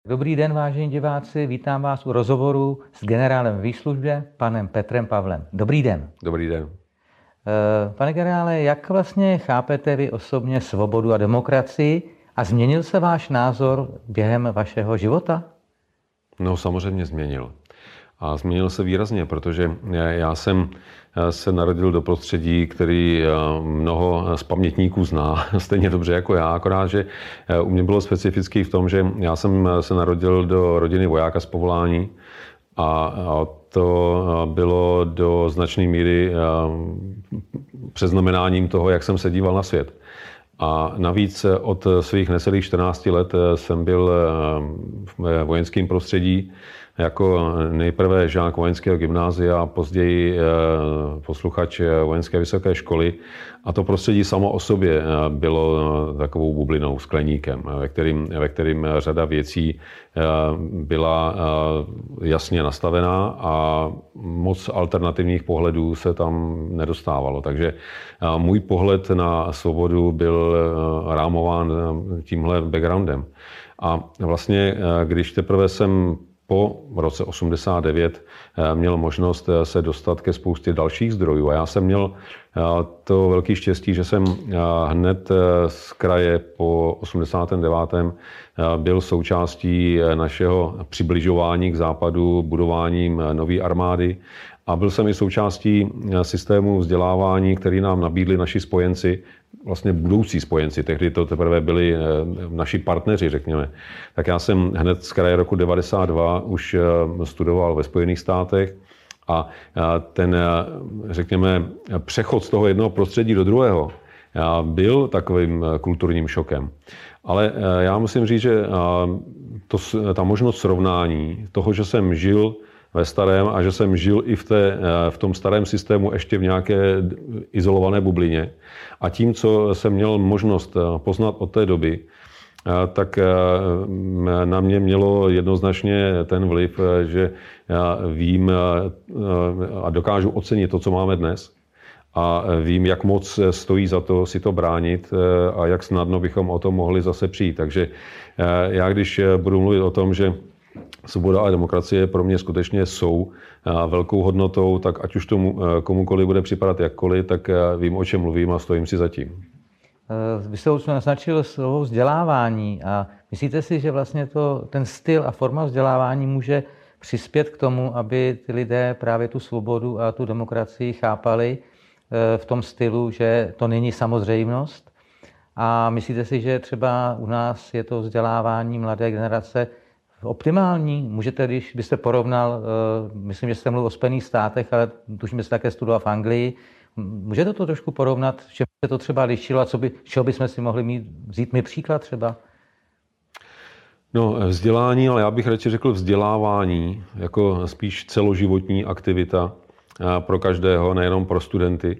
Dobrý den, vážení diváci, vítám vás u rozhovoru s generálem ve výslužbě, panem Petrem Pavlem. Dobrý den. Dobrý den. Pane generále, jak vlastně chápete vy osobně svobodu a demokracii a změnil se váš názor během vašeho života? No, samozřejmě změnil. A změnil se výrazně, protože já jsem se narodil do prostředí, který mnoho z pamětníků zná stejně dobře jako já, akorát, že u mě bylo specifický v tom, že já jsem se narodil do rodiny vojáka z povolání a to bylo do značné míry předznamenáním toho, jak jsem se díval na svět. A navíc od svých necelých 14 let jsem byl v vojenském prostředí jako nejprve žák vojenského gymnázia a později posluchač vojenské vysoké školy. A to prostředí samo o sobě bylo takovou bublinou, skleníkem, ve kterým řada věcí byla jasně nastavená a moc alternativních pohledů se tam nedostávalo. Takže můj pohled na svobodu byl rámován tímhle backgroundem. A vlastně, když teprve jsem po roce 89 měl možnost se dostat ke spoustě dalších zdrojů. A já jsem měl to velké štěstí, že jsem hned z kraje po 89. byl součástí našeho přibližování k západu, budováním nové armády. A byl jsem i součástí systému vzdělávání, který nám nabídli naši spojenci, vlastně budoucí spojenci, tehdy to teprve byli naši partneři, řekněme. Tak já jsem hned z kraje roku 92 už studoval ve Spojených státech a ten, řekněme, přechod z toho jednoho prostředí do druhého byl takovým kulturním šokem. Ale já musím říct, že ta možnost srovnání toho, že jsem žil ve starém a že jsem žil i v tom starém systému ještě v nějaké izolované bublině. A tím, co jsem měl možnost poznat od té doby, tak na mě mělo jednoznačně ten vliv, že já vím a dokážu ocenit to, co máme dnes. A vím, jak moc stojí za to si to bránit a jak snadno bychom o tom mohli zase přijít. Takže já, když budu mluvit o tom, že svoboda a demokracie pro mě skutečně jsou velkou hodnotou, tak ať už tomu komukoliv bude připadat jakkoliv, tak vím, o čem mluvím a stojím si za tím. Vy jste už naznačil slovo vzdělávání a myslíte si, že vlastně ten styl a forma vzdělávání může přispět k tomu, aby ty lidé právě tu svobodu a tu demokracii chápali v tom stylu, že to není samozřejmost? A myslíte si, že třeba u nás je to vzdělávání mladé generace optimální? Můžete, když byste porovnal, myslím, že jste mluvil o Spojených státech, ale tuším, že jste také studoval v Anglii, můžete to trošku porovnat, že by se to třeba lišilo a čeho bychom si mohli vzít my příklad třeba? No, vzdělání, ale já bych radši řekl vzdělávání, jako spíš celoživotní aktivita pro každého, nejenom pro studenty,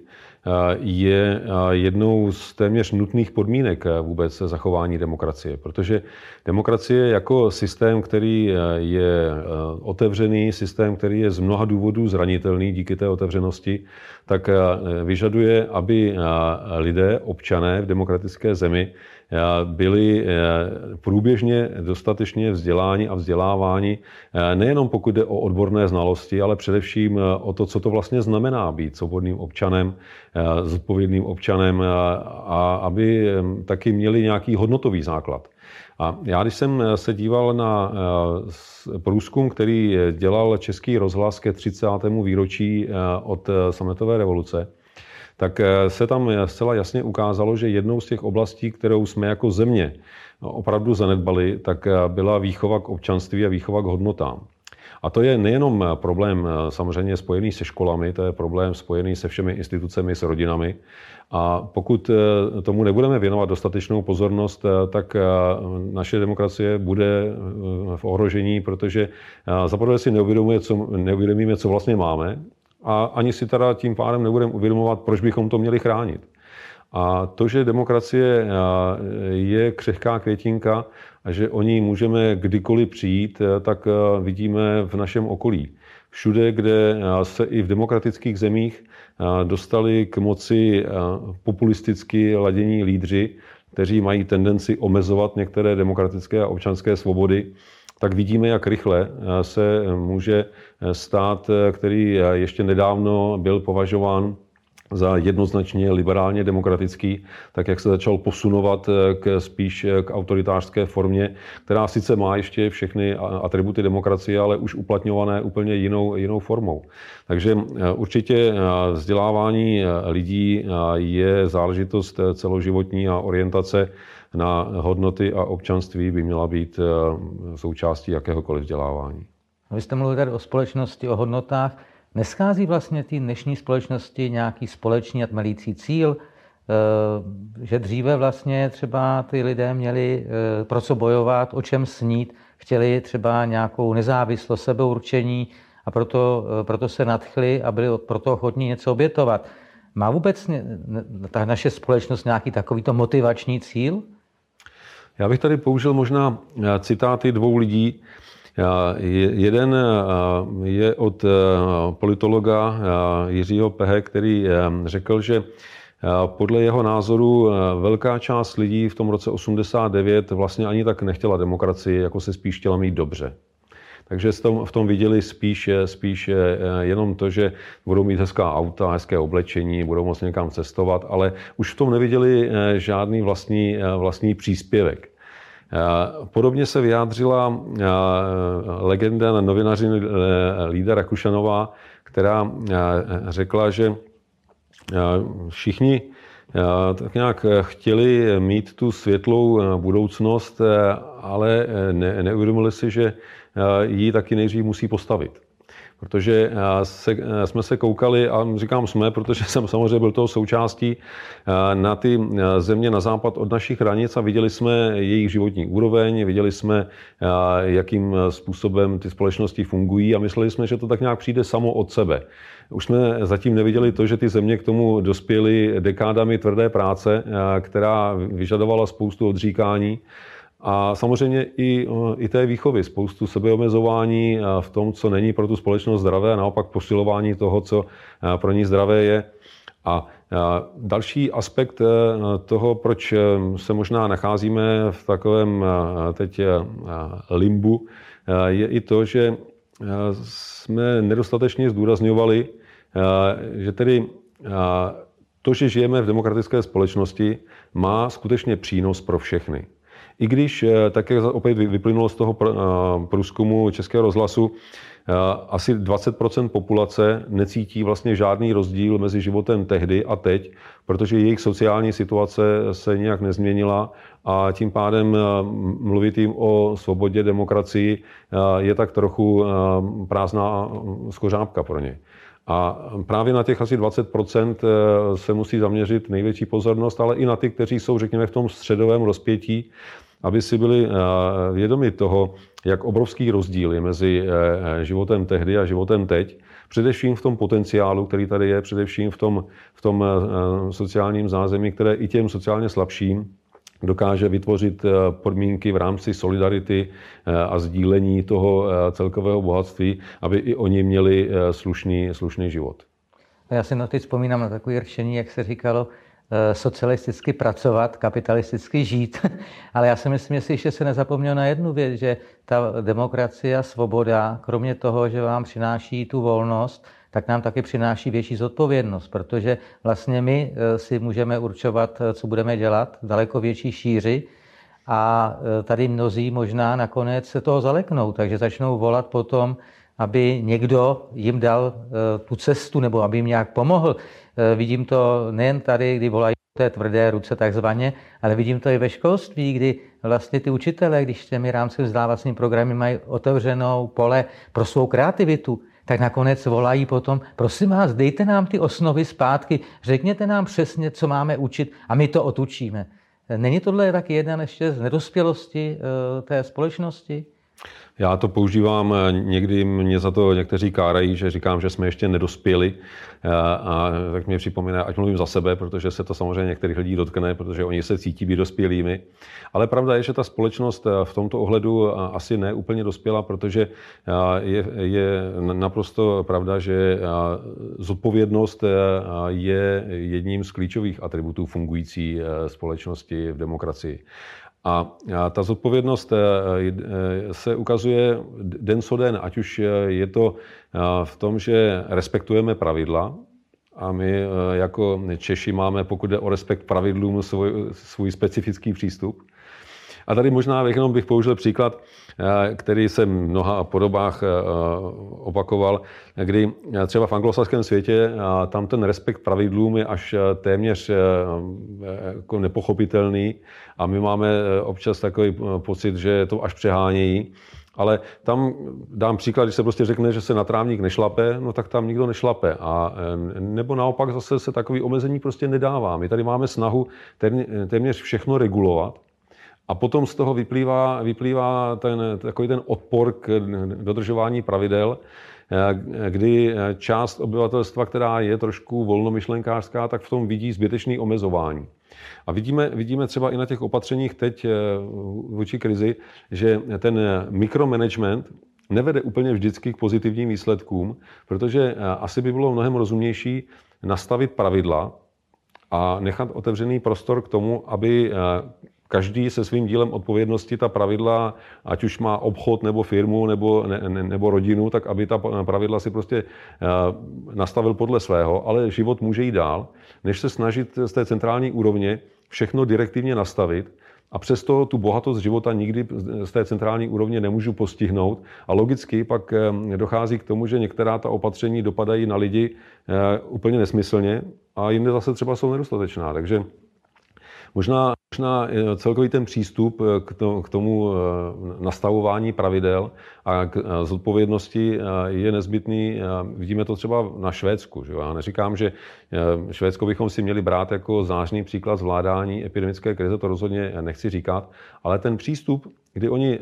je jednou z téměř nutných podmínek vůbec zachování demokracie. Protože demokracie jako systém, který je otevřený, systém, který je z mnoha důvodů zranitelný díky té otevřenosti, tak vyžaduje, aby lidé, občané v demokratické zemi byli průběžně dostatečně vzděláni a vzděláváni, nejenom pokud jde o odborné znalosti, ale především o to, co to vlastně znamená být svobodným občanem, zodpovědným občanem a aby taky měli nějaký hodnotový základ. A já, když jsem se díval na průzkum, který dělal Český rozhlas ke 30. výročí od sametové revoluce, tak se tam zcela jasně ukázalo, že jednou z těch oblastí, kterou jsme jako země opravdu zanedbali, tak byla výchova k občanství a výchova k hodnotám. A to je nejenom problém samozřejmě spojený se školami, to je problém spojený se všemi institucemi, s rodinami. A pokud tomu nebudeme věnovat dostatečnou pozornost, tak naše demokracie bude v ohrožení, protože zaprvé si neuvědomíme, co vlastně máme, a ani si teda tím pádem nebudeme uvědomovat, proč bychom to měli chránit. A to, že demokracie je křehká květinka a že o ní můžeme kdykoliv přijít, tak vidíme v našem okolí. Všude, kde se i v demokratických zemích dostali k moci populisticky ladění lídři, kteří mají tendenci omezovat některé demokratické a občanské svobody, tak vidíme, jak rychle se může stát, který ještě nedávno byl považován za jednoznačně liberálně demokratický, tak jak se začal posunovat spíš k autoritářské formě, která sice má ještě všechny atributy demokracie, ale už uplatňované úplně jinou formou. Takže určitě vzdělávání lidí je záležitost celoživotní a orientace na hodnoty a občanství by měla být součástí jakéhokoliv vzdělávání. Vy jste mluvili tady o společnosti, o hodnotách. Neschází vlastně té dnešní společnosti nějaký společný a tmelící cíl, že dříve vlastně třeba ty lidé měli pro co bojovat, o čem snít, chtěli třeba nějakou nezávislost, sebeurčení a proto se nadchli a byli proto ochotní něco obětovat. Má vůbec ta naše společnost nějaký takovýto motivační cíl? Já bych tady použil možná citáty dvou lidí. Jeden je od politologa Jiřího Pehe, který řekl, že podle jeho názoru velká část lidí v tom roce 89 vlastně ani tak nechtěla demokracii, jako se spíš chtěla mít dobře. Takže v tom viděli spíš jenom to, že budou mít hezká auta, hezké oblečení, budou moct někam cestovat, ale už v tom neviděli žádný vlastní příspěvek. Podobně se vyjádřila legenda novinařiny Lída Rakušanová, která řekla, že všichni tak nějak chtěli mít tu světlou budoucnost, ale neuvědomili si, že ji taky nejdřív musí postavit. Protože jsme se koukali, a říkám jsme, protože jsem samozřejmě byl toho součástí, na ty země na západ od našich hranic a viděli jsme jejich životní úroveň, viděli jsme, jakým způsobem ty společnosti fungují a mysleli jsme, že to tak nějak přijde samo od sebe. Už jsme zatím neviděli to, že ty země k tomu dospěly dekádami tvrdé práce, která vyžadovala spoustu odříkání. A samozřejmě i té výchovy, spoustu sebeomezování v tom, co není pro tu společnost zdravé, a naopak posilování toho, co pro ní zdravé je. A další aspekt toho, proč se možná nacházíme v takovém teď limbu, je i to, že jsme nedostatečně zdůrazňovali, že tedy to, že žijeme v demokratické společnosti, má skutečně přínos pro všechny. I když, tak jak opět vyplynulo z toho průzkumu Českého rozhlasu, asi 20% populace necítí vlastně žádný rozdíl mezi životem tehdy a teď, protože jejich sociální situace se nijak nezměnila a tím pádem mluvit jim o svobodě, demokracii je tak trochu prázdná skořápka pro ně. A právě na těch asi 20% se musí zaměřit největší pozornost, ale i na ty, kteří jsou, řekněme, v tom středovém rozpětí, aby si byli vědomi toho, jak obrovský rozdíl je mezi životem tehdy a životem teď. Především v tom potenciálu, který tady je, především v tom sociálním zázemí, které i těm sociálně slabším dokáže vytvořit podmínky v rámci solidarity a sdílení toho celkového bohatství, aby i oni měli slušný život. Já si teď vzpomínám na takové řešení, jak se říkalo, socialisticky pracovat, kapitalisticky žít. Ale já si myslím, jestli ještě se nezapomněl na jednu věc, že ta demokracie a svoboda, kromě toho, že vám přináší tu volnost, tak nám taky přináší větší zodpovědnost, protože vlastně my si můžeme určovat, co budeme dělat v daleko větší šíři a tady mnozí možná nakonec se toho zaleknou, takže začnou volat potom, aby někdo jim dal tu cestu nebo aby jim nějak pomohl. Vidím to nejen tady, kdy volají té tvrdé ruce takzvaně, ale vidím to i ve školství, kdy vlastně ty učitelé, když těmi rámci vzdělávacími programy mají otevřenou pole pro svou kreativitu, tak nakonec volají potom, prosím vás, dejte nám ty osnovy zpátky, řekněte nám přesně, co máme učit a my to odučíme. Není tohle taky jedna ještě z nedospělosti té společnosti? Já to používám, někdy mě za to někteří kárají, že říkám, že jsme ještě nedospěli a tak mě připomíná, ať mluvím za sebe, protože se to samozřejmě některých lidí dotkne, protože oni se cítí být dospělými. Ale pravda je, že ta společnost v tomto ohledu asi ne úplně dospěla, protože je naprosto pravda, že zodpovědnost je jedním z klíčových atributů fungující společnosti v demokracii. A ta zodpovědnost se ukazuje den co den, ať už je to v tom, že respektujeme pravidla, a my jako Češi máme, pokud jde o respekt pravidlům, svůj specifický přístup. A tady možná jenom bych použil příklad, který jsem v mnoha podobách opakoval, kdy třeba v anglosaském světě tam ten respekt pravidlům je až téměř jako nepochopitelný a my máme občas takový pocit, že to až přehánějí. Ale tam dám příklad, když se prostě řekne, že se na trávník nešlape, no tak tam nikdo nešlape. A nebo naopak zase se takový omezení prostě nedává. My tady máme snahu téměř všechno regulovat. A potom z toho vyplývá takový ten odpor k dodržování pravidel, kdy část obyvatelstva, která je trošku volnomyšlenkářská, tak v tom vidí zbytečné omezování. A vidíme třeba i na těch opatřeních teď vůči krizi, že ten mikromanagement nevede úplně vždycky k pozitivním výsledkům, protože asi by bylo mnohem rozumnější nastavit pravidla a nechat otevřený prostor k tomu, aby každý se svým dílem odpovědnosti ta pravidla, ať už má obchod nebo firmu nebo rodinu, tak aby ta pravidla si prostě nastavil podle svého, ale život může jít dál, než se snažit z té centrální úrovně všechno direktivně nastavit. A přesto tu bohatost života nikdy z té centrální úrovně nemůžu postihnout. A logicky pak dochází k tomu, že některá ta opatření dopadají na lidi úplně nesmyslně a jinde zase třeba jsou nedostatečná. Takže možná celkový ten přístup k tomu nastavování pravidel a k zodpovědnosti je nezbytný. Vidíme to třeba na Švédsku. Že? Já neříkám, že Švédsko bychom si měli brát jako zářný příklad zvládání epidemické krize, to rozhodně nechci říkat, ale ten přístup, kdy oni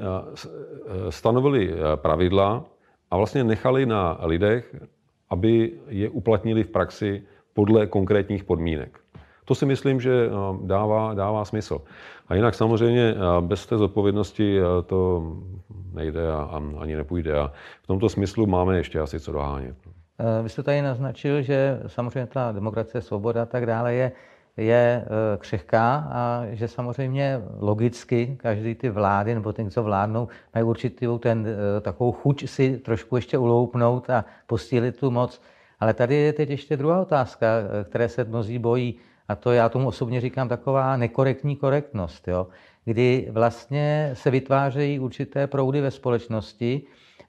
stanovili pravidla a vlastně nechali na lidech, aby je uplatnili v praxi podle konkrétních podmínek. To si myslím, že dává smysl. A jinak samozřejmě bez té zodpovědnosti to nejde a ani nepůjde. A v tomto smyslu máme ještě asi co dohánět. Vy jste tady naznačil, že samozřejmě ta demokracie, svoboda a tak dále je křehká a že samozřejmě logicky každý ty vlády nebo ty, co vládnou, mají určitou takovou chuť si trošku ještě uloupnout a posílit tu moc. Ale tady je teď ještě druhá otázka, které se mnozí bojí. A to já tomu osobně říkám taková nekorektní korektnost, jo? Kdy vlastně se vytvářejí určité proudy ve společnosti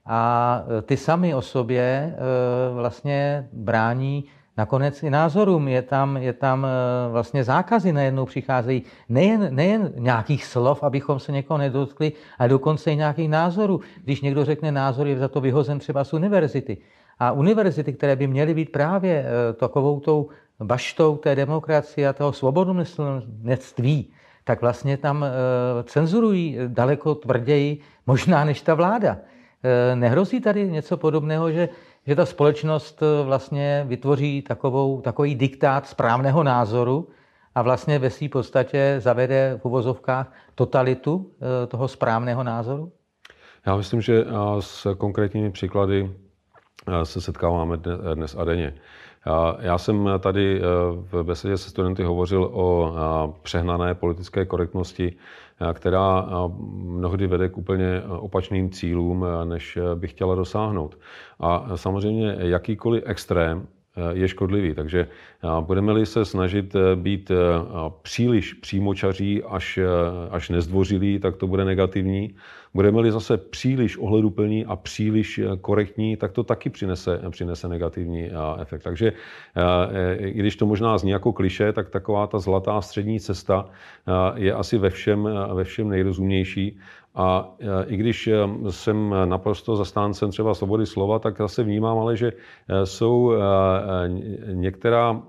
a ty sami o sobě vlastně brání nakonec i názorům. Je tam vlastně zákazy najednou přicházejí. Nejen nějakých slov, abychom se někoho nedotkli, ale dokonce i nějakých názorů. Když někdo řekne názor, je za to vyhozen třeba z univerzity. A univerzity, které by měly být právě takovou tou baštou té demokracie a toho svobodomyslnictví, tak vlastně tam cenzurují daleko tvrději možná než ta vláda. Nehrozí tady něco podobného, že ta společnost vlastně vytvoří takový diktát správného názoru a vlastně ve své podstatě zavede v uvozovkách totalitu toho správného názoru? Já myslím, že s konkrétními příklady se setkáváme dnes a denně. Já jsem tady v besedě se studenty hovořil o přehnané politické korektnosti, která mnohdy vede k úplně opačným cílům, než by chtěla dosáhnout. A samozřejmě jakýkoliv extrém je škodlivý. Takže budeme-li se snažit být příliš přímočaří až nezdvořilí, tak to bude negativní. Budeme-li zase příliš ohleduplní a příliš korektní, tak to taky přinese negativní efekt. Takže i když to možná zní jako klišé, tak taková ta zlatá střední cesta je asi ve všem nejrozumnější. A i když jsem naprosto zastáncem třeba svobody slova, tak zase vnímám, ale že jsou některá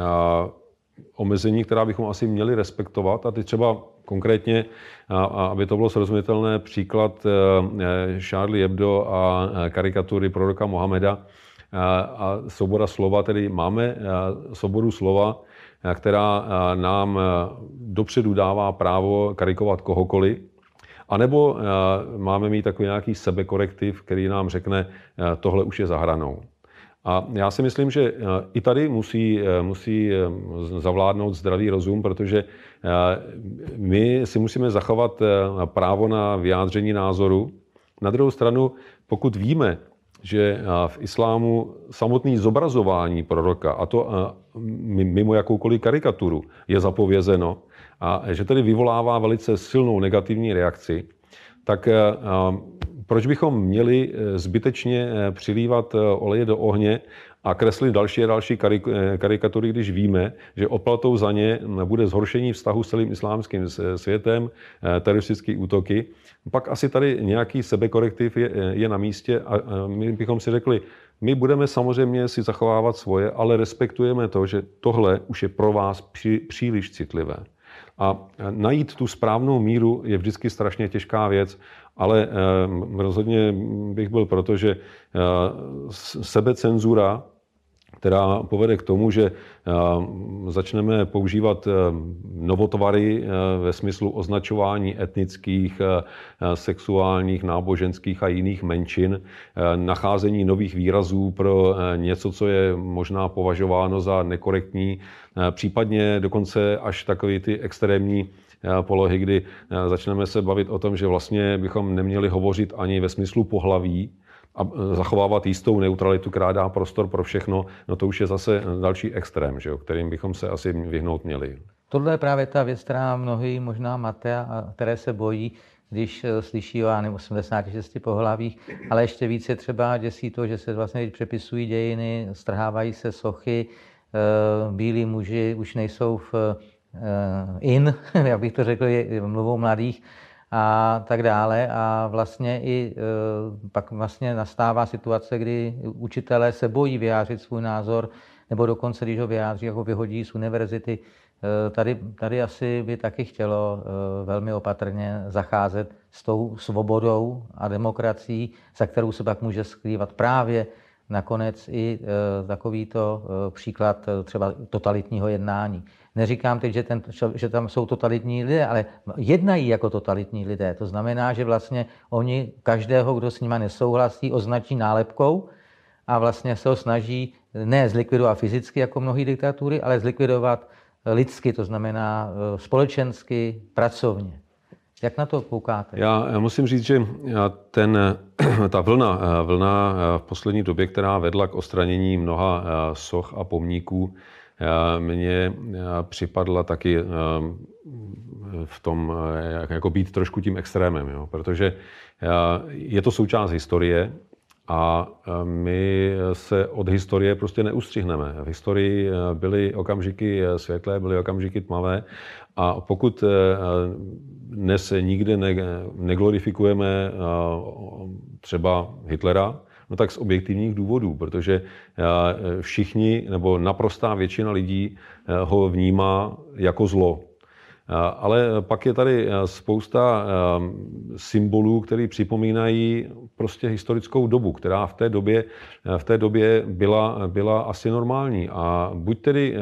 omezení, která bychom asi měli respektovat. A teď třeba konkrétně, aby to bylo srozumitelné, příklad Charlie Hebdo a karikatury proroka Mohameda a svoboda slova, tedy máme svobodu slova, která nám dopředu dává právo karikovat kohokoliv. A nebo máme mít takový nějaký sebekorektiv, který nám řekne, tohle už je za hranou. A já si myslím, že i tady musí zavládnout zdravý rozum, protože my si musíme zachovat právo na vyjádření názoru. Na druhou stranu, pokud víme, že v islámu samotné zobrazování proroka, a to mimo jakoukoliv karikaturu, je zapovězeno, a že tedy vyvolává velice silnou negativní reakci, tak proč bychom měli zbytečně přilívat oleje do ohně a kreslit další a další karikatury, když víme, že oplatou za ně bude zhoršení vztahu s celým islámským světem, teroristické útoky. Pak asi tady nějaký sebekorektiv je na místě a my bychom si řekli, my budeme samozřejmě si zachovávat svoje, ale respektujeme to, že tohle už je pro vás příliš citlivé. A najít tu správnou míru je vždycky strašně těžká věc, ale rozhodně bych byl proto, že sebecenzura, která povede k tomu, že začneme používat novotvary ve smyslu označování etnických, sexuálních, náboženských a jiných menšin, nacházení nových výrazů pro něco, co je možná považováno za nekorektní, případně dokonce až takový ty extrémní polohy, kdy začneme se bavit o tom, že vlastně bychom neměli hovořit ani ve smyslu pohlaví, a zachovávat jistou neutralitu, která dá prostor pro všechno, no to už je zase další extrém, že jo, kterým bychom se asi vyhnout měli. Tohle je právě ta věc, která mnohý možná mate a které se bojí, když slyší o 86 pohlavích, ale ještě více třeba děsí to, že se vlastně přepisují dějiny, strhávají se sochy, bílí muži už nejsou v jak bych to řekl, mluvou mladých, a tak dále. A vlastně i pak vlastně nastává situace, kdy učitelé se bojí vyjádřit svůj názor, nebo dokonce, když ho vyjádří, jako vyhodí z univerzity. Tady asi by taky chtělo velmi opatrně zacházet s tou svobodou a demokracií, za kterou se pak může skrývat právě nakonec i takovýto příklad třeba totalitního jednání. Neříkám teď, že tam jsou totalitní lidé, ale jednají jako totalitní lidé. To znamená, že vlastně oni každého, kdo s nima nesouhlasí, označí nálepkou a vlastně se ho snaží ne zlikvidovat fyzicky, jako mnohé diktatury, ale zlikvidovat lidsky, to znamená společensky, pracovně. Jak na to koukáte? Já musím říct, že ta vlna v poslední době, která vedla k odstranění mnoha soch a pomníků, mně připadla taky v tom, jako být trošku tím extrémem, jo? Protože je to součást historie a my se od historie prostě neustřihneme. V historii byly okamžiky světlé, byly okamžiky tmavé a pokud dnes nikde neglorifikujeme třeba Hitlera, no tak z objektivních důvodů, protože všichni nebo naprostá většina lidí ho vnímá jako zlo. Ale pak je tady spousta symbolů, které připomínají prostě historickou dobu, která v té době byla asi normální. A buď tedy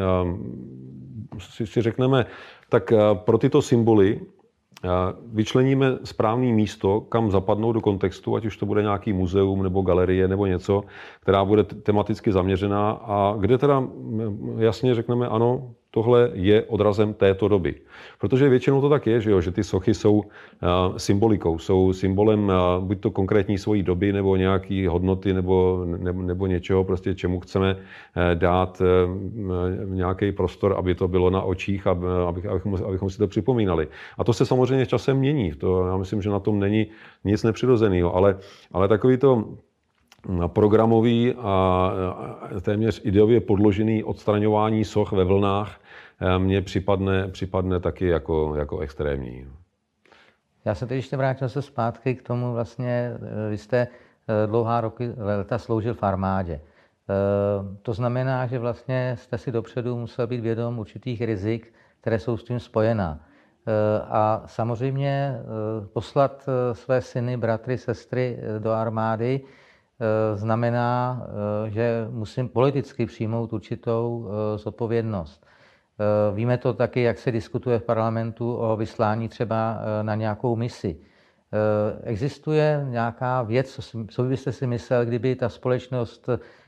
si řekneme, tak pro tyto symboly vyčleníme správné místo, kam zapadnou do kontextu, ať už to bude nějaký muzeum nebo galerie nebo něco, která bude tematicky zaměřená a kde teda jasně řekneme ano, tohle je odrazem této doby. Protože většinou to tak je, že ty sochy jsou symbolikou, jsou symbolem buď to konkrétní svojí doby nebo nějaký hodnoty nebo něčeho, prostě čemu chceme dát nějaký prostor, aby to bylo na očích, abychom si to připomínali. A to se samozřejmě časem mění. Já myslím, že na tom není nic nepřirozeného, ale takový to programový a téměř ideově podložený odstraňování soch ve vlnách mně připadne taky jako extrémní. Já se teď ještě vrátil zpátky k tomu vlastně, vy jste dlouhá léta sloužil v armádě. To znamená, že vlastně jste si dopředu musel být vědom určitých rizik, které jsou s tím spojená. A samozřejmě poslat své syny, bratry, sestry do armády znamená, že musím politicky přijmout určitou zodpovědnost. Víme to taky, jak se diskutuje v parlamentu o vyslání třeba na nějakou misi. Existuje nějaká věc, co byste si myslel, kdyby ta společnost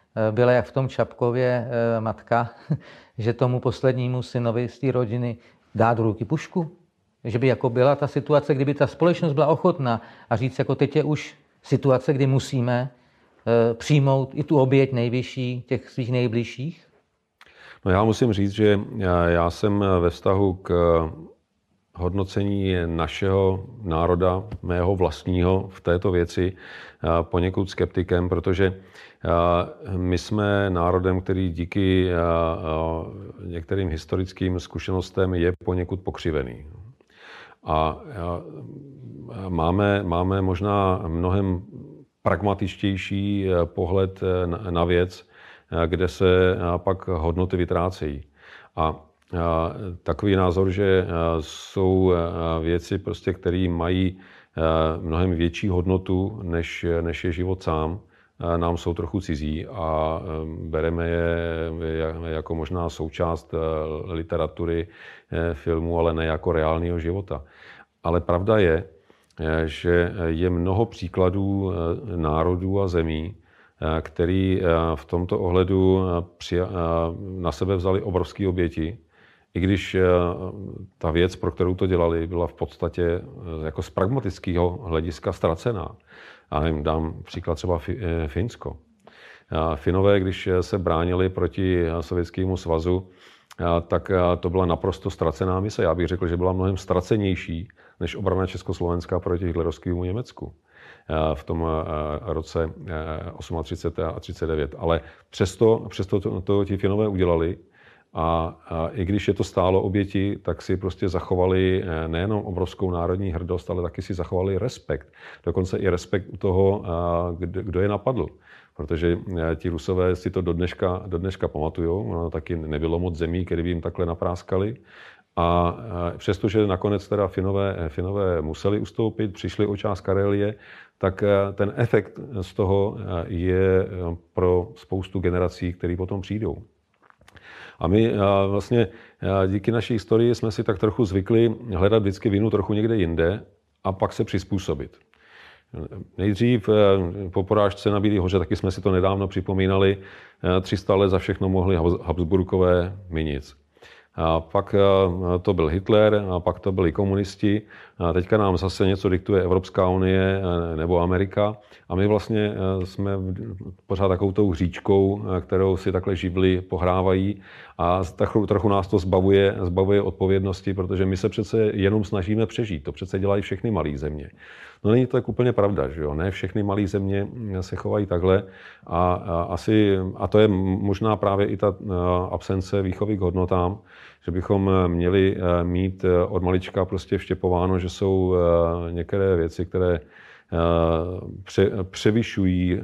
byla jak v tom Čapkově matka, že tomu poslednímu synovi z té rodiny dá do ruky pušku? Že by jako byla ta situace, kdyby ta společnost byla ochotná a říct, jako teď je už situace, kdy musíme přijmout i tu oběť nejvyšší těch svých nejbližších? No já musím říct, že já jsem ve vztahu k hodnocení našeho národa, mého vlastního v této věci poněkud skeptikem, protože my jsme národem, který díky některým historickým zkušenostem je poněkud pokřivený. A máme možná mnohem pragmatičtější pohled na věc, kde se pak hodnoty vytrácejí. A takový názor, že jsou věci, prostě, které mají mnohem větší hodnotu, než je život sám, nám jsou trochu cizí a bereme je jako možná součást literatury, filmu, ale ne jako reálného života. Ale pravda je, že je mnoho příkladů národů a zemí, který v tomto ohledu na sebe vzali obrovské oběti, i když ta věc, pro kterou to dělali, byla v podstatě jako z pragmatického hlediska ztracená. A dám příklad třeba Finsko. Finové, když se bránili proti Sovětskému svazu, tak to byla naprosto ztracená mise. Já bych řekl, že byla mnohem ztracenější než obrana Československa proti hitlerovskému Německu v tom roce 38 a 39. Ale přesto to ti Finové udělali a i když je to stálo oběti, tak si prostě zachovali nejenom obrovskou národní hrdost, ale taky si zachovali respekt. Dokonce i respekt u toho, kdo je napadl. Protože ti Rusové si to do dneška pamatujou. Ono taky nebylo moc zemí, které by jim takhle napráskali. A přestože nakonec teda Finové museli ustoupit, přišli o část Karelie, tak ten efekt z toho je pro spoustu generací, které potom přijdou. A my vlastně díky naší historii jsme si tak trochu zvykli hledat vždycky vinu trochu někde jinde a pak se přizpůsobit. Nejdřív po porážce na Bílé hoře, taky jsme si to nedávno připomínali, 300 let za všechno mohli Habsburkové, my nic. A pak to byl Hitler, a pak to byli komunisti. A teďka nám zase něco diktuje Evropská unie nebo Amerika. A my vlastně jsme pořád takovou tou hříčkou, kterou si takhle živli pohrávají. A trochu nás to zbavuje odpovědnosti, protože my se přece jenom snažíme přežít. To přece dělají všechny malé země. No není to tak úplně pravda, že jo? Ne všechny malé země se chovají takhle. A to je možná právě i ta absence výchovy k hodnotám, že bychom měli mít od malička prostě vštěpováno, že jsou některé věci, které převyšují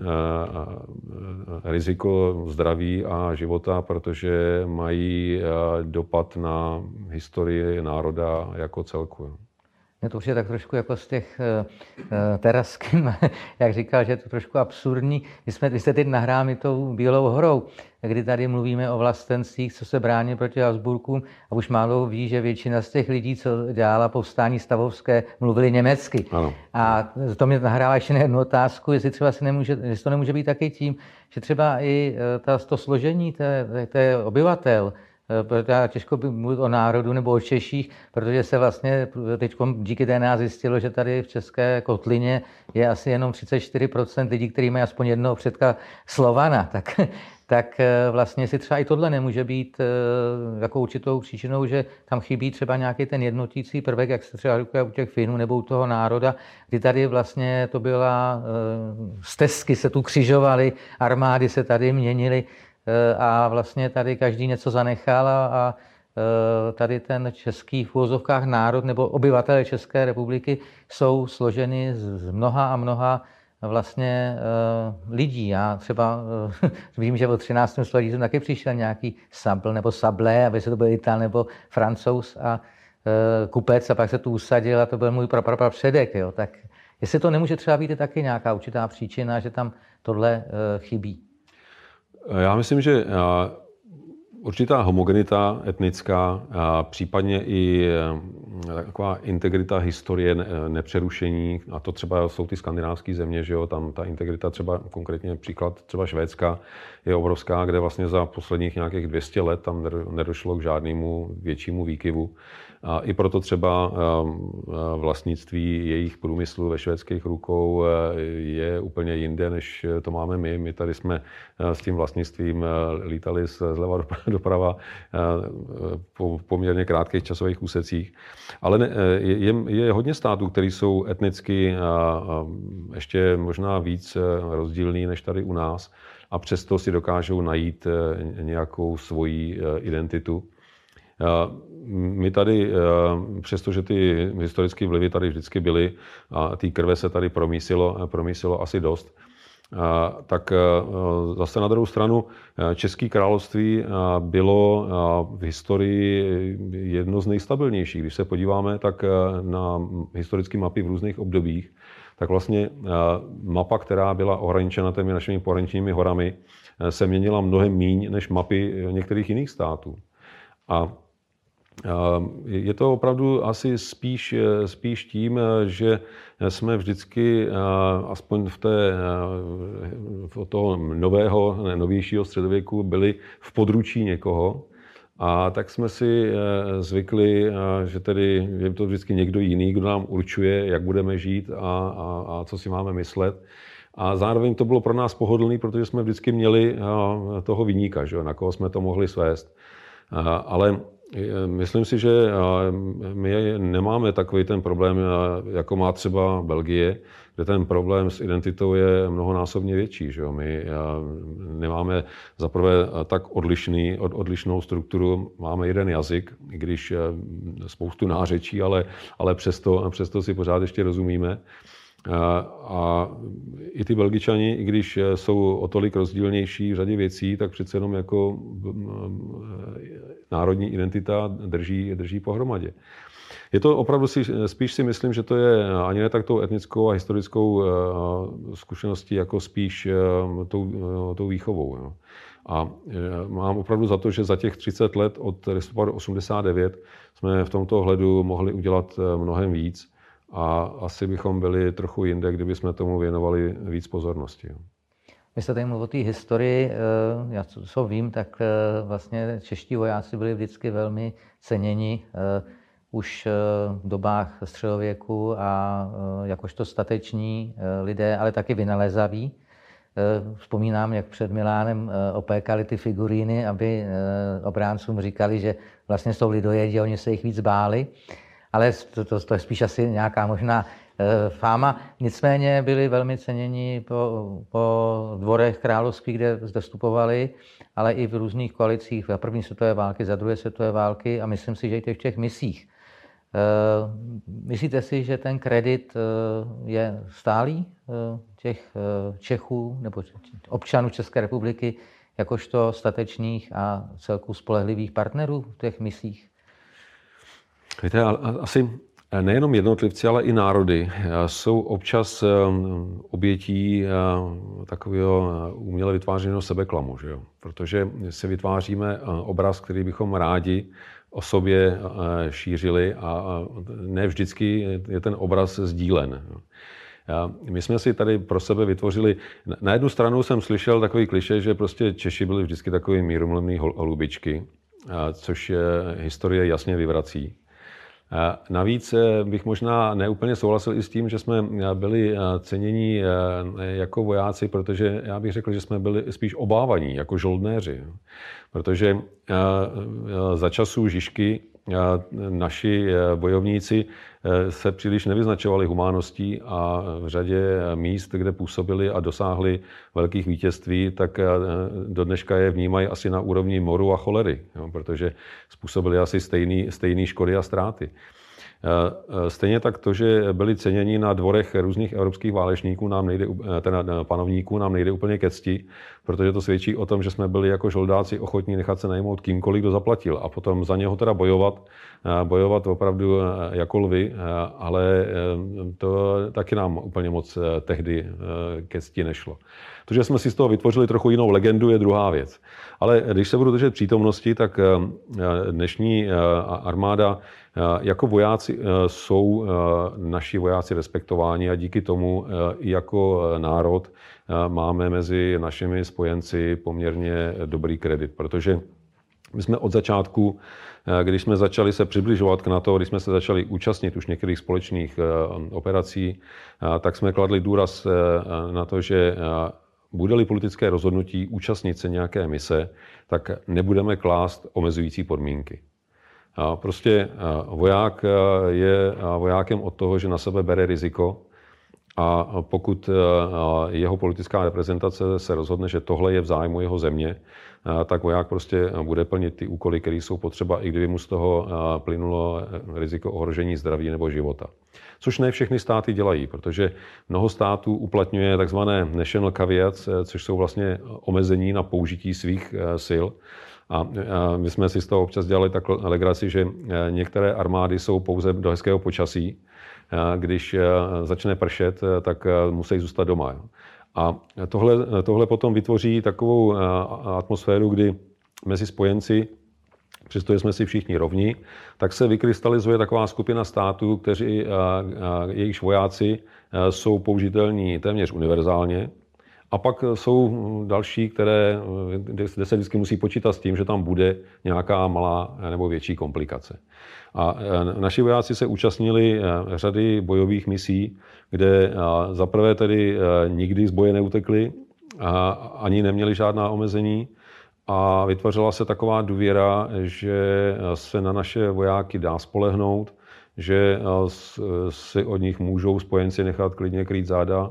riziko zdraví a života, protože mají dopad na historii národa jako celku. To už je tak trošku jako z těch Teraskin, jak říkal, že je to trošku absurdní. Vy jste teď nahráli tou Bílou horou, kdy tady mluvíme o vlastencích, co se brání proti Habsburkům a už málo ví, že většina z těch lidí, co dělala povstání stavovské, mluvili německy. Ano. A to mě nahrává ještě na jednu otázku, jestli třeba jestli to nemůže být taky tím, že třeba i to složení té obyvatel, protože těžko by mluvit o národu nebo o Češích, protože se vlastně teď díky DNA zjistilo, že tady v České kotlině je asi jenom 34% lidí, kteří mají aspoň jednoho předka Slovana. Tak vlastně si třeba i tohle nemůže být jako určitou příčinou, že tam chybí třeba nějaký ten jednotící prvek, jak se třeba říká u těch Finů nebo u toho národa, kdy tady vlastně to byla stezky se tu křižovaly, armády se tady měnily, a vlastně tady každý něco zanechal a tady ten český v uvozovkách národ nebo obyvatelé České republiky jsou složeny z mnoha a mnoha vlastně lidí. Já třeba vím, že od 13. století jsem taky přišel nějaký sabl nebo sablé, aby se to byl Ital nebo Francouz a kupec a pak se tu usadil a to byl můj prapředek. Jo. Tak jestli to nemůže třeba být taky nějaká určitá příčina, že tam tohle chybí. Já myslím, že určitá homogenita etnická, a případně i taková integrita historie, nepřerušení, a to třeba jsou ty skandinávské země, že jo, tam ta integrita třeba, konkrétně příklad třeba Švédska, je obrovská, kde vlastně za posledních nějakých 200 let tam nedošlo k žádnému většímu výkyvu. A i proto třeba vlastnictví jejich průmyslu ve švédských rukou je úplně jinde, než to máme my. My tady jsme s tím vlastnictvím lítali zleva doprava po poměrně krátkých časových úsecích. Ale je hodně států, které jsou etnicky ještě možná víc rozdílný než tady u nás a přesto si dokážou najít nějakou svoji identitu. My tady, přestože ty historické vlivy tady vždycky byly a té krve se tady promísilo asi dost, tak zase na druhou stranu České království bylo v historii jedno z nejstabilnějších. Když se podíváme tak na historické mapy v různých obdobích, tak vlastně mapa, která byla ohraničena těmi našimi pohraničními horami, se měnila mnohem míň než mapy některých jiných států. A je to opravdu asi spíš tím, že jsme vždycky, aspoň v toho novějšího středověku, byli v područí někoho. A tak jsme si zvykli, že tedy je to vždycky někdo jiný, kdo nám určuje, jak budeme žít a co si máme myslet. A zároveň to bylo pro nás pohodlný, protože jsme vždycky měli toho viníka, že, na koho jsme to mohli svést. Ale myslím si, že my nemáme takový ten problém, jako má třeba Belgie, kde ten problém s identitou je mnohonásobně větší. Že? My nemáme zaprvé tak odlišnou strukturu, máme jeden jazyk, i když spoustu nářečí, ale přesto si pořád ještě rozumíme. A i ty Belgičani, i když jsou o tolik rozdílnější v řadě věcí, tak přece jenom jako národní identita drží pohromadě. Je to opravdu spíš si myslím, že to je ani ne tak tou etnickou a historickou zkušeností, jako spíš tou výchovou. Jo. A mám opravdu za to, že za těch 30 let od listopadu 89 jsme v tomto ohledu mohli udělat mnohem víc. A asi bychom byli trochu jinde, kdyby jsme tomu věnovali víc pozornosti. Vy jste tady mluvil o té historii, já co vím, tak vlastně čeští vojáci byli vždycky velmi ceněni už v dobách středověku a jakožto stateční lidé, ale taky vynalézaví. Vzpomínám, jak před Milánem opékali ty figuríny, aby obráncům říkali, že vlastně jsou lidojedi a oni se jich víc báli. Ale to je spíš asi nějaká možná fáma. Nicméně byli velmi ceněni po dvorech královských, kde zde vstupovali, ale i v různých koalicích za první světové války, za druhé světové války a myslím si, že i v těch misích. Myslíte si, že ten kredit je stálý těch Čechů nebo občanů České republiky jakožto statečných a celku spolehlivých partnerů v těch misích? Víte, asi nejenom jednotlivci, ale i národy jsou občas obětí takového uměle vytvářeného sebeklamu, že jo? Protože si vytváříme obraz, který bychom rádi o sobě šířili a ne vždycky je ten obraz sdílen. My jsme si tady pro sebe vytvořili, na jednu stranu jsem slyšel takový klišé, že prostě Češi byli vždycky takový mírumluvný holubičky, což historie jasně vyvrací. Navíc bych možná neúplně souhlasil i s tím, že jsme byli cenění jako vojáci, protože já bych řekl, že jsme byli spíš obávaní jako žoldnéři. Protože za časů Žižky naši bojovníci se příliš nevyznačovali humáností a v řadě míst, kde působili a dosáhli velkých vítězství, tak do dneška je vnímají asi na úrovni moru a cholery, protože způsobili asi stejné škody a ztráty. Stejně tak to, že byli ceněni na dvorech různých evropských válečníků, panovníků, nám nejde úplně ke cti, protože to svědčí o tom, že jsme byli jako žoldáci ochotní nechat se najmout kýmkoliv, kdo zaplatil a potom za něho teda bojovat opravdu jako lvy, ale to taky nám úplně moc tehdy ke cti nešlo. To, že jsme si z toho vytvořili trochu jinou legendu, je druhá věc. Ale když se budu držet přítomnosti, tak dnešní armáda jako vojáci jsou naši vojáci respektováni a díky tomu i jako národ máme mezi našimi spojenci poměrně dobrý kredit, protože my jsme od začátku, když jsme začali se přibližovat k NATO, když jsme se začali účastnit už některých společných operací, tak jsme kladli důraz na to, že bude-li politické rozhodnutí účastnit se nějaké mise, tak nebudeme klást omezující podmínky. Prostě voják je vojákem od toho, že na sebe bere riziko a pokud jeho politická reprezentace se rozhodne, že tohle je v zájmu jeho země, tak voják prostě bude plnit ty úkoly, které jsou potřeba, i kdyby mu z toho plynulo riziko ohrožení zdraví nebo života. Což ne všechny státy dělají, protože mnoho států uplatňuje takzvané national caveats, což jsou vlastně omezení na použití svých sil. A my jsme si z toho občas dělali tak legraci, že některé armády jsou pouze do hezkého počasí. Když začne pršet, tak musí zůstat doma. A tohle potom vytvoří takovou atmosféru, kdy mezi spojenci, přestože jsme si všichni rovni, tak se vykrystalizuje taková skupina států, jejichž vojáci jsou použitelní téměř univerzálně. A pak jsou další, kde se vždycky musí počítat s tím, že tam bude nějaká malá nebo větší komplikace. A naši vojáci se účastnili řady bojových misí, kde zaprvé tedy nikdy z boje neutekli, ani neměli žádná omezení a vytvořila se taková důvěra, že se na naše vojáky dá spolehnout, že si od nich můžou spojenci nechat klidně krýt záda,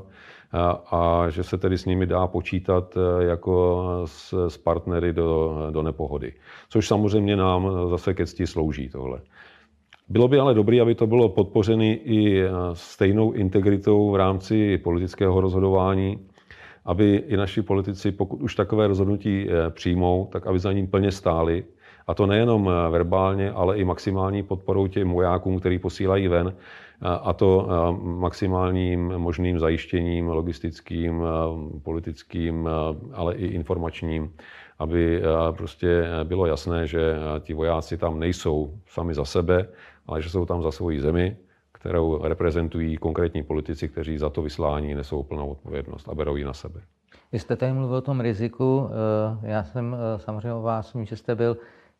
a že se tedy s nimi dá počítat jako s partnery do nepohody. Což samozřejmě nám zase ke cti slouží tohle. Bylo by ale dobré, aby to bylo podpořené i stejnou integritou v rámci politického rozhodování, aby i naši politici, pokud už takové rozhodnutí přijmou, tak aby za ním plně stáli. A to nejenom verbálně, ale i maximální podporou těm vojákům, který posílají ven, a to maximálním možným zajištěním logistickým, politickým, ale i informačním, aby prostě bylo jasné, že ti vojáci tam nejsou sami za sebe, ale že jsou tam za svoji zemi, kterou reprezentují konkrétní politici, kteří za to vyslání nesou plnou odpovědnost a berou ji na sebe. Vy jste tady mluvil o tom riziku. Já jsem samozřejmě o vás, myslím, že jste byl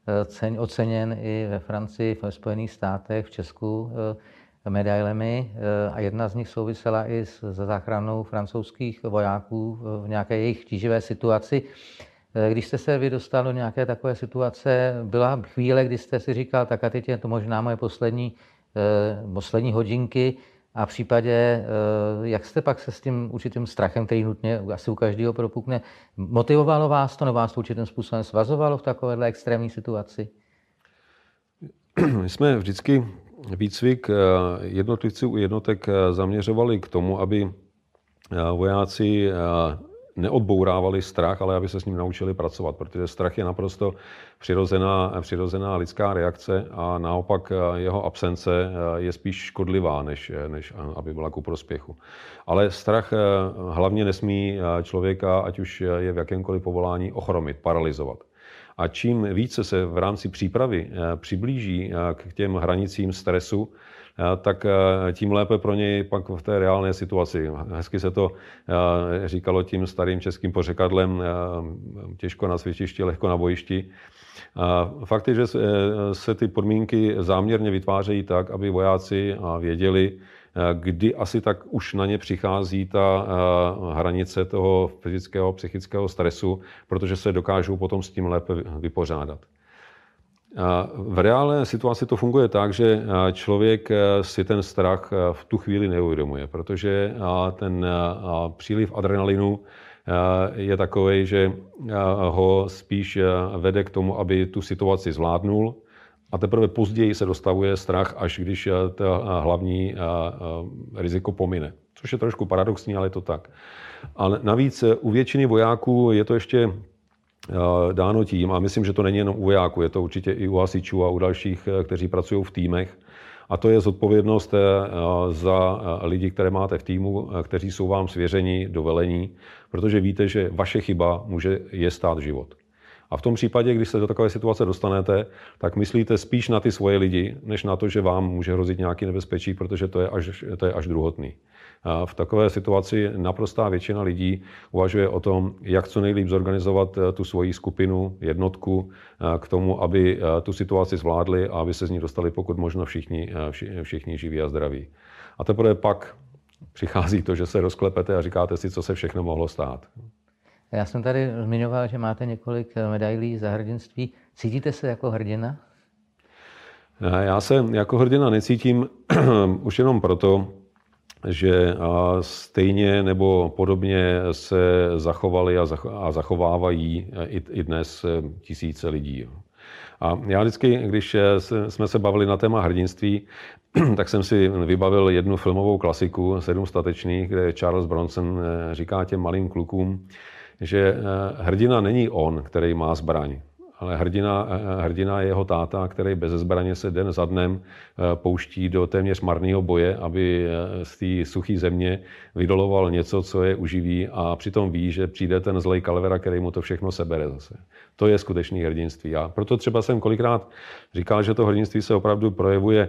oceněn i ve Francii, ve Spojených státech, v Česku medailemi a jedna z nich souvisela i se záchranou francouzských vojáků v nějaké jejich tíživé situaci. Když jste se vy dostal do nějaké takové situace, byla chvíle, kdy jste si říkal, tak a teď je to možná moje poslední hodinky a v případě, jak jste pak se s tím určitým strachem, který nutně asi u každého propukne, motivovalo vás to, nebo vás to určitým způsobem svazovalo v takovéhle extrémní situaci? My jsme vždycky výcvik jednotlivců jednotek zaměřovali k tomu, aby vojáci neodbourávali strach, ale aby se s ním naučili pracovat, protože strach je naprosto přirozená lidská reakce a naopak jeho absence je spíš škodlivá, než aby byla ku prospěchu. Ale strach hlavně nesmí člověka, ať už je v jakémkoliv povolání, ochromit, paralyzovat. A čím více se v rámci přípravy přiblíží k těm hranicím stresu, tak tím lépe pro něj pak v té reálné situaci. Hezky se to říkalo tím starým českým pořekadlem, těžko na cvičišti, lehko na bojišti. Fakt je, že se ty podmínky záměrně vytvářejí tak, aby vojáci věděli, kdy asi tak už na ně přichází ta hranice toho fyzického, psychického stresu, protože se dokážou potom s tím lépe vypořádat. V reálné situaci to funguje tak, že člověk si ten strach v tu chvíli neuvědomuje, protože ten příliv adrenalinu je takový, že ho spíš vede k tomu, aby tu situaci zvládnul a teprve později se dostavuje strach, až když to hlavní riziko pomine. Což je trošku paradoxní, ale je to tak. A navíc u většiny vojáků je to ještě dáno tím, a myslím, že to není jenom u vojáků, je to určitě i u hasičů a u dalších, kteří pracují v týmech. A to je zodpovědnost za lidi, které máte v týmu, kteří jsou vám svěřeni do velení, protože víte, že vaše chyba může je stát život. A v tom případě, když se do takové situace dostanete, tak myslíte spíš na ty svoje lidi, než na to, že vám může hrozit nějaký nebezpečí, protože to je až druhotný. V takové situaci naprostá většina lidí uvažuje o tom, jak co nejlíp zorganizovat tu svoji skupinu, jednotku k tomu, aby tu situaci zvládli a aby se z ní dostali pokud možno všichni živí a zdraví. A teprve pak přichází to, že se rozklepete a říkáte si, co se všechno mohlo stát. Já jsem tady zmiňoval, že máte několik medailí za hrdinství. Cítíte se jako hrdina? Já se jako hrdina necítím už jenom proto, že stejně nebo podobně se zachovali a zachovávají i dnes tisíce lidí. A já vždycky, když jsme se bavili na téma hrdinství, tak jsem si vybavil jednu filmovou klasiku 7 statečných, kde Charles Bronson říká těm malým klukům, že hrdina není on, který má zbraň, ale hrdina je jeho táta, který bez zbraně se den za dnem pouští do téměř marného boje, aby z té suché země vydoloval něco, co je uživí, a přitom ví, že přijde ten zlej Kalvera, který mu to všechno sebere zase. To je skutečný hrdinství. A proto třeba jsem kolikrát říkal, že to hrdinství se opravdu projevuje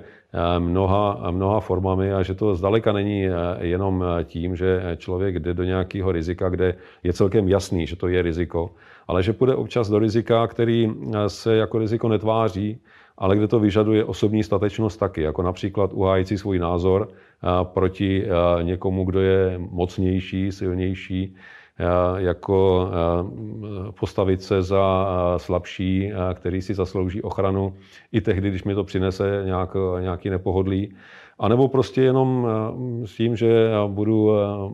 mnoha formami a že to zdaleka není jenom tím, že člověk jde do nějakého rizika, kde je celkem jasný, že to je riziko, ale že půjde občas do rizika, který se jako riziko netváří, ale kde to vyžaduje osobní statečnost taky, jako například uhájit si svůj názor proti někomu, kdo je mocnější, silnější, jako postavit se za slabší, který si zaslouží ochranu i tehdy, když mi to přinese nějaký nepohodlí. A nebo prostě jenom s tím, že budu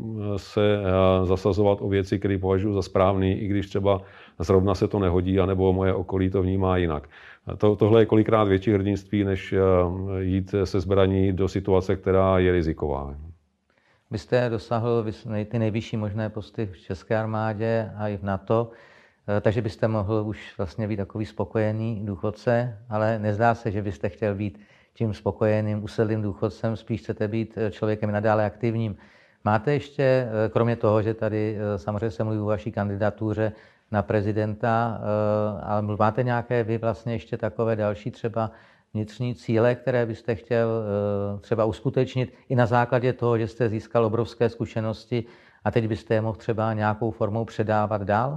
se zasazovat o věci, které považuji za správný, i když třeba zrovna se to nehodí, anebo moje okolí to vnímá jinak. Tohle je kolikrát větší hrdinství, než jít se zbraní do situace, která je riziková. Vy jste dosáhl ty nejvyšší možné posty v České armádě a i v NATO, takže byste mohl už vlastně být takový spokojený důchodce, ale nezdá se, že byste chtěl být tím spokojeným, usedlým důchodcem, spíš chcete být člověkem nadále aktivním. Máte ještě, kromě toho, že tady samozřejmě se mluví o vaší kandidatuře na prezidenta, ale máte nějaké vy vlastně ještě takové další třeba vnitřní cíle, které byste chtěl třeba uskutečnit i na základě toho, že jste získal obrovské zkušenosti a teď byste je mohl třeba nějakou formou předávat dál?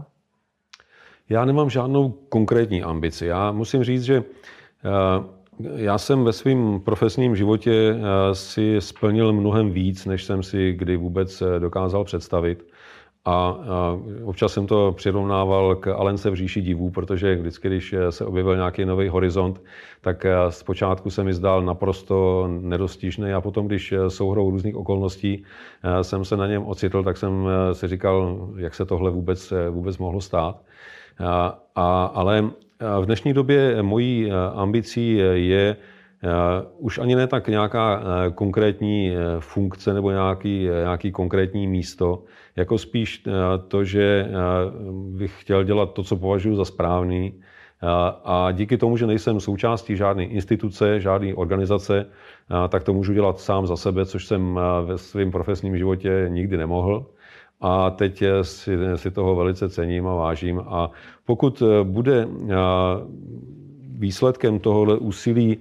Já nemám žádnou konkrétní ambici. Já musím říct, že já jsem ve svém profesním životě si splnil mnohem víc, než jsem si kdy vůbec dokázal představit. A občas jsem to přirovnával k Alence v říši divů, protože vždycky, když se objevil nějaký nový horizont, tak zpočátku se mi zdál naprosto nedostižný a potom, když souhrou různých okolností jsem se na něm ocitl, tak jsem si říkal, jak se tohle vůbec mohlo stát. Ale v dnešní době mojí ambicí je už ani ne tak nějaká konkrétní funkce nebo nějaký konkrétní místo, jako spíš to, že bych chtěl dělat to, co považuji za správný. A díky tomu, že nejsem součástí žádné instituce, žádné organizace, tak to můžu dělat sám za sebe, což jsem ve svém profesním životě nikdy nemohl. A teď si toho velice cením a vážím. A pokud bude výsledkem tohohle úsilí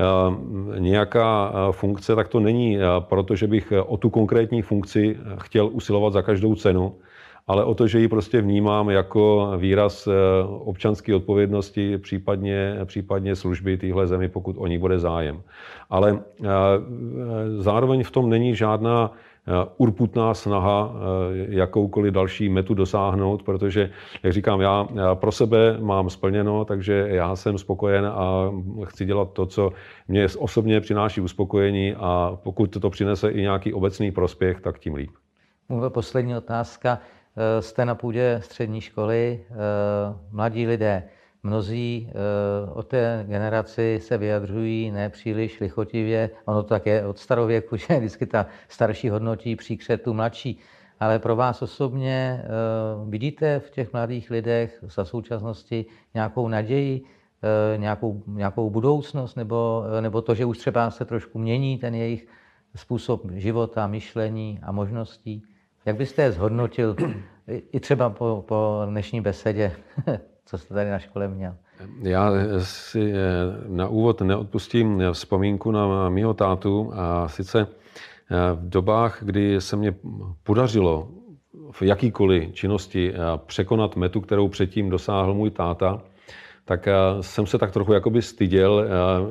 nějaká funkce, tak to není proto, že bych o tu konkrétní funkci chtěl usilovat za každou cenu, ale o to, že ji prostě vnímám jako výraz občanské odpovědnosti, případně služby téhle zemi, pokud o ní bude zájem. Ale zároveň v tom není žádná urputná snaha jakoukoliv další metu dosáhnout, protože, jak říkám, já pro sebe mám splněno, takže já jsem spokojen a chci dělat to, co mě osobně přináší uspokojení, a pokud to přinese i nějaký obecný prospěch, tak tím líp. Poslední otázka. Jste na půdě střední školy, mladí lidé. mnozí o té generaci se vyjadřují nepříliš lichotivě. Ono to tak je od starověku, že vždycky ta starší hodnotí příkřet tu mladší. Ale pro vás osobně vidíte v těch mladých lidech za současnosti nějakou naději, nějakou budoucnost, nebo to, že už třeba se trošku mění ten jejich způsob života, myšlení a možností? Jak byste je zhodnotil i třeba po dnešní besedě, co jste tady na škole měl? Já si na úvod neodpustím vzpomínku na mýho tátu, a sice v dobách, kdy se mě podařilo v jakýkoliv činnosti překonat metu, kterou předtím dosáhl můj táta, tak jsem se tak trochu jakoby styděl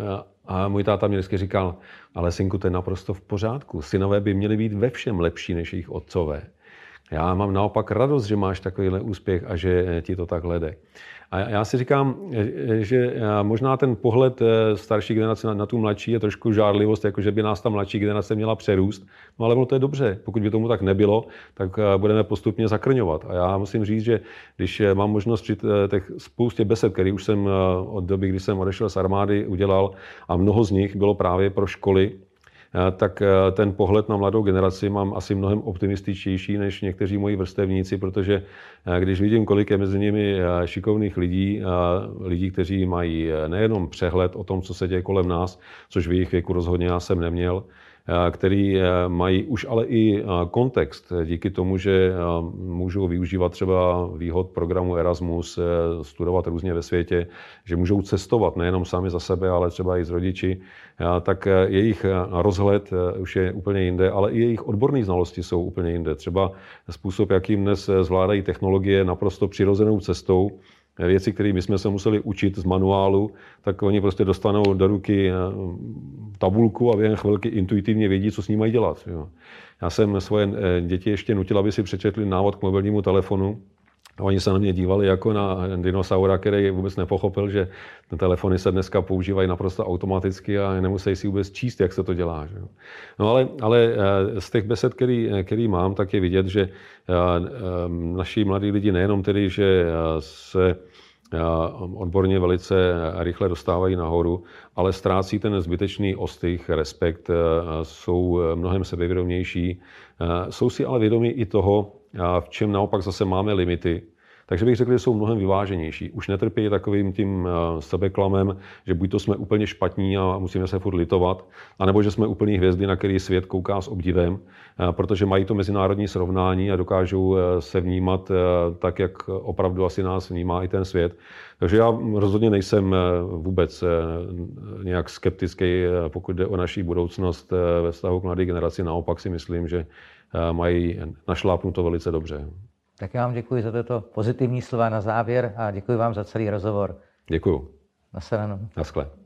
a můj táta mě vždycky říkal, ale synku, to je naprosto v pořádku. Synové by měli být ve všem lepší než jejich otcové. Já mám naopak radost, že máš takovýhle úspěch a že ti to takhle jde. A já si říkám, že možná ten pohled starší generace na tu mladší je trošku žárlivost, jako že by nás ta mladší generace měla přerůst. No ale ono to je dobře. Pokud by tomu tak nebylo, tak budeme postupně zakrňovat. A já musím říct, že když mám možnost při těch spoustě besed, které už jsem od doby, kdy jsem odešel z armády, udělal, a mnoho z nich bylo právě pro školy, tak ten pohled na mladou generaci mám asi mnohem optimističtější než někteří moji vrstevníci, protože když vidím, kolik je mezi nimi šikovných lidí, lidí, kteří mají nejenom přehled o tom, co se děje kolem nás, což v jejich věku rozhodně já jsem neměl, který mají už ale i kontext díky tomu, že můžou využívat třeba výhod programu Erasmus, studovat různě ve světě, že můžou cestovat nejenom sami za sebe, ale třeba i s rodiči, tak jejich rozhled už je úplně jinde, ale i jejich odborné znalosti jsou úplně jinde. Třeba způsob, jakým dnes zvládají technologie naprosto přirozenou cestou, věci, které my jsme se museli učit z manuálu, tak oni prostě dostanou do ruky tabulku a během chvilky intuitivně vědí, co s ní mají dělat. Jo. Já jsem svoje děti ještě nutil, aby si přečetli návod k mobilnímu telefonu. A oni se na mě dívali jako na dinosaura, který vůbec nepochopil, že telefony se dneska používají naprosto automaticky a nemusí si vůbec číst, jak se to dělá. Že? No ale z těch besed, který mám, tak je vidět, že naši mladí lidi nejenom tedy, že se odborně velice rychle dostávají nahoru, ale ztrácí ten zbytečný ostych, respekt, jsou mnohem sebevědomější. Jsou si ale vědomí i toho, v čem naopak zase máme limity. Takže bych řekl, že jsou mnohem vyváženější. Už netrpí takovým tím sebeklamem, že buď to jsme úplně špatní a musíme se furt litovat, anebo že jsme úplný hvězdy, na který svět kouká s obdivem, protože mají to mezinárodní srovnání a dokážou se vnímat tak, jak opravdu asi nás vnímá i ten svět. Takže já rozhodně nejsem vůbec nějak skeptický, pokud jde o naši budoucnost ve vztahu k mladé generaci. Naopak si myslím, že mají našlápnuto velice dobře. Tak já vám děkuji za tato pozitivní slova na závěr a děkuji vám za celý rozhovor. Děkuju. Nashledanou. Naschle.